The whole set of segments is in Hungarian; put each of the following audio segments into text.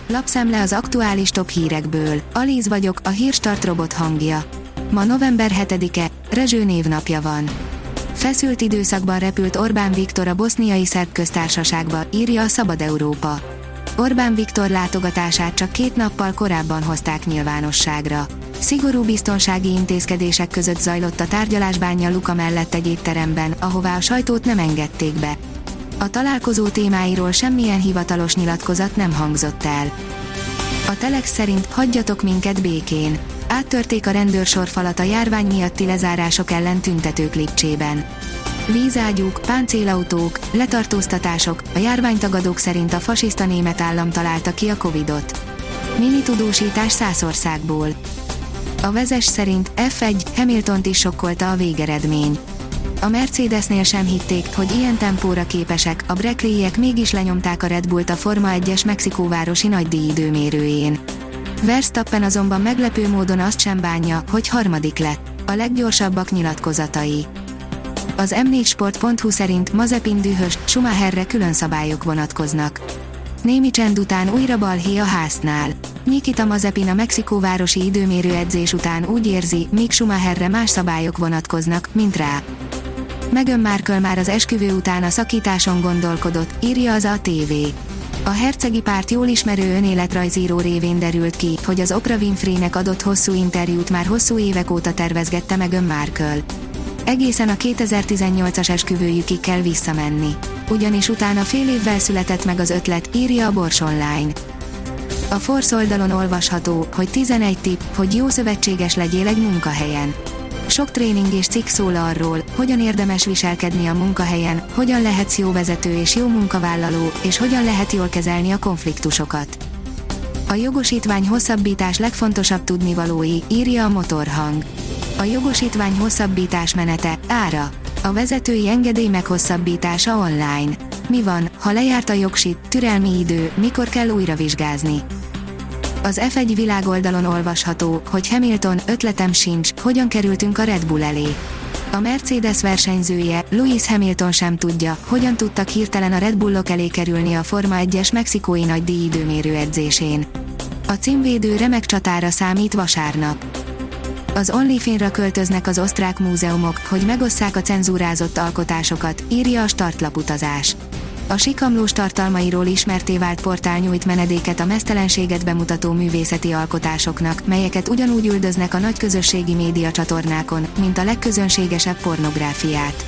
Lapszemle az aktuális top hírekből. Alíz vagyok, a Hírstart robot hangja. Ma november 7-e, Rezső névnapja van. Feszült időszakban repült Orbán Viktor a boszniai szerb köztársaságba, írja a Szabad Európa. Orbán Viktor látogatását csak 2 nappal korábban hozták nyilvánosságra. Szigorú biztonsági intézkedések között zajlott a tárgyalás Bánja Luka mellett egy étteremben, ahová a sajtót nem engedték be. A találkozó témáiról semmilyen hivatalos nyilatkozat nem hangzott el. A Telex szerint hagyjatok minket békén. Áttörték a rendőrsorfalat a járvány miatti lezárások ellen tüntetők Lipcsében. Vízágyúk, páncélautók, letartóztatások, a járványtagadók szerint a fasiszta német állam találta ki a Covidot. Mini tudósítás Szászországból. A Vezes szerint F1, Hamiltont is sokkolta a végeredmény. A Mercedesnél sem hitték, hogy ilyen tempóra képesek, a Brackley-iek mégis lenyomták a Red Bullt a Forma 1-es Mexikóvárosi nagydíj időmérőjén. Verstappen azonban meglepő módon azt sem bánja, hogy harmadik lett. A leggyorsabbak nyilatkozatai. Az m4sport.hu szerint Mazepin dühös, Schumacherre külön szabályok vonatkoznak. Némi csend után újra balhé a Haasnál. Nikita Mazepin a Mexikóvárosi időmérő edzés után úgy érzi, míg Schumacherre más szabályok vonatkoznak, mint rá. Meghan Markle már az esküvő után a szakításon gondolkodott, írja az ATV. A hercegi párt jól ismerő önéletrajzíró révén derült ki, hogy az Oprah Winfreynek adott hosszú interjút már hosszú évek óta tervezgette Meghan Markle. Egészen a 2018-as esküvőjükig kell visszamenni. Ugyanis utána fél évvel született meg az ötlet, írja a Bors Online. A Force oldalon olvasható, hogy 11 tipp, hogy jó szövetséges legyél egy munkahelyen. Sok tréning és cikk szól arról, hogyan érdemes viselkedni a munkahelyen, hogyan lehetsz jó vezető és jó munkavállaló, és hogyan lehet jól kezelni a konfliktusokat. A jogosítvány hosszabbítás legfontosabb tudnivalói, írja a Motorhang. A jogosítvány hosszabbítás menete, ára. A vezetői engedély meghosszabbítása online. Mi van, ha lejárt a jogsit, türelmi idő, mikor kell újra vizsgázni? Az F1 világoldalon olvasható, hogy Hamilton, ötletem sincs, hogyan kerültünk a Red Bull elé. A Mercedes versenyzője, Lewis Hamilton sem tudja, hogyan tudtak hirtelen a Red Bullok elé kerülni a Forma 1-es mexikói nagydíj időmérő edzésén. A címvédő remek csatára számít vasárnap. Az OnlyFans-ra költöznek az osztrák múzeumok, hogy megosszák a cenzúrázott alkotásokat, írja a Startlaputazás. A sikamlós tartalmairól ismertté vált portál nyújt menedéket a meztelenséget bemutató művészeti alkotásoknak, melyeket ugyanúgy üldöznek a nagy közösségi média csatornákon, mint a legközönségesebb pornográfiát.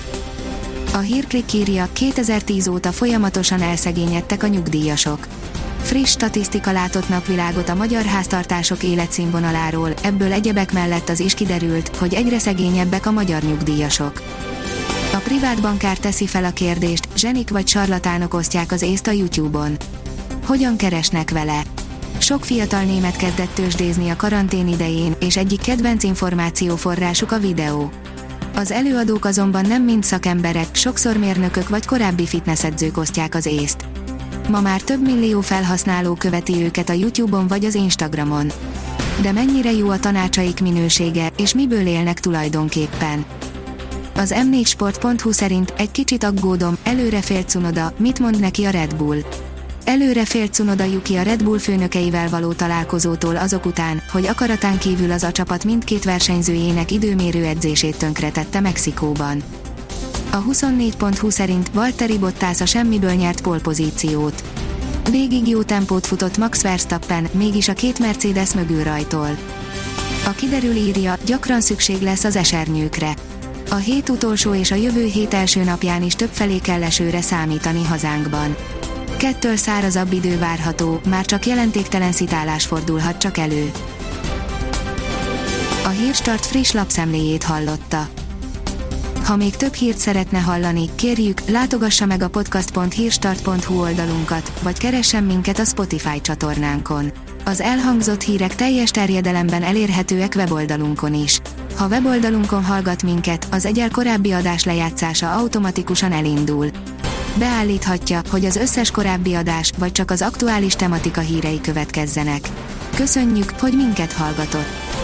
A Hírklikk írja, 2010 óta folyamatosan elszegényedtek a nyugdíjasok. Friss statisztika látott napvilágot a magyar háztartások életszínvonaláról, ebből egyebek mellett az is kiderült, hogy egyre szegényebbek a magyar nyugdíjasok. A privát bankár teszi fel a kérdést, zsenik vagy sarlatánok osztják az észt a YouTube-on. Hogyan keresnek vele? Sok fiatal német kezdett tőzsdézni a karantén idején, és egyik kedvenc információforrásuk a videó. Az előadók azonban nem mind szakemberek, sokszor mérnökök vagy korábbi fitnessedzők osztják az észt. Ma már több millió felhasználó követi őket a YouTube-on vagy az Instagramon. De mennyire jó a tanácsaik minősége, és miből élnek tulajdonképpen? Az m4sport.hu szerint egy kicsit aggódom, előre félt Tsunoda, mit mond neki a Red Bull? Előre félt Tsunoda Yuki a Red Bull főnökeivel való találkozótól azok után, hogy akaratán kívül az a csapat mindkét versenyzőjének időmérő edzését tönkretette Mexikóban. A 24.hu szerint Valtteri Bottas a semmiből nyert pole-pozíciót. Végig jó tempót futott Max Verstappen, mégis a két Mercedes mögül rajtol. A kiderül írja, gyakran szükség lesz az esernyőkre. A hét utolsó és a jövő hét első napján is többfelé kell esőre számítani hazánkban. Kettől szárazabb idő várható, már csak jelentéktelen szitálás fordulhat csak elő. A Hírstart friss lapszemléjét hallotta. Ha még több hírt szeretne hallani, kérjük, látogassa meg a podcast.hírstart.hu oldalunkat, vagy keressen minket a Spotify csatornánkon. Az elhangzott hírek teljes terjedelemben elérhetőek weboldalunkon is. Ha weboldalunkon hallgat minket, az egyel korábbi adás lejátszása automatikusan elindul. Beállíthatja, hogy az összes korábbi adás, vagy csak az aktuális tematika hírei következzenek. Köszönjük, hogy minket hallgatott!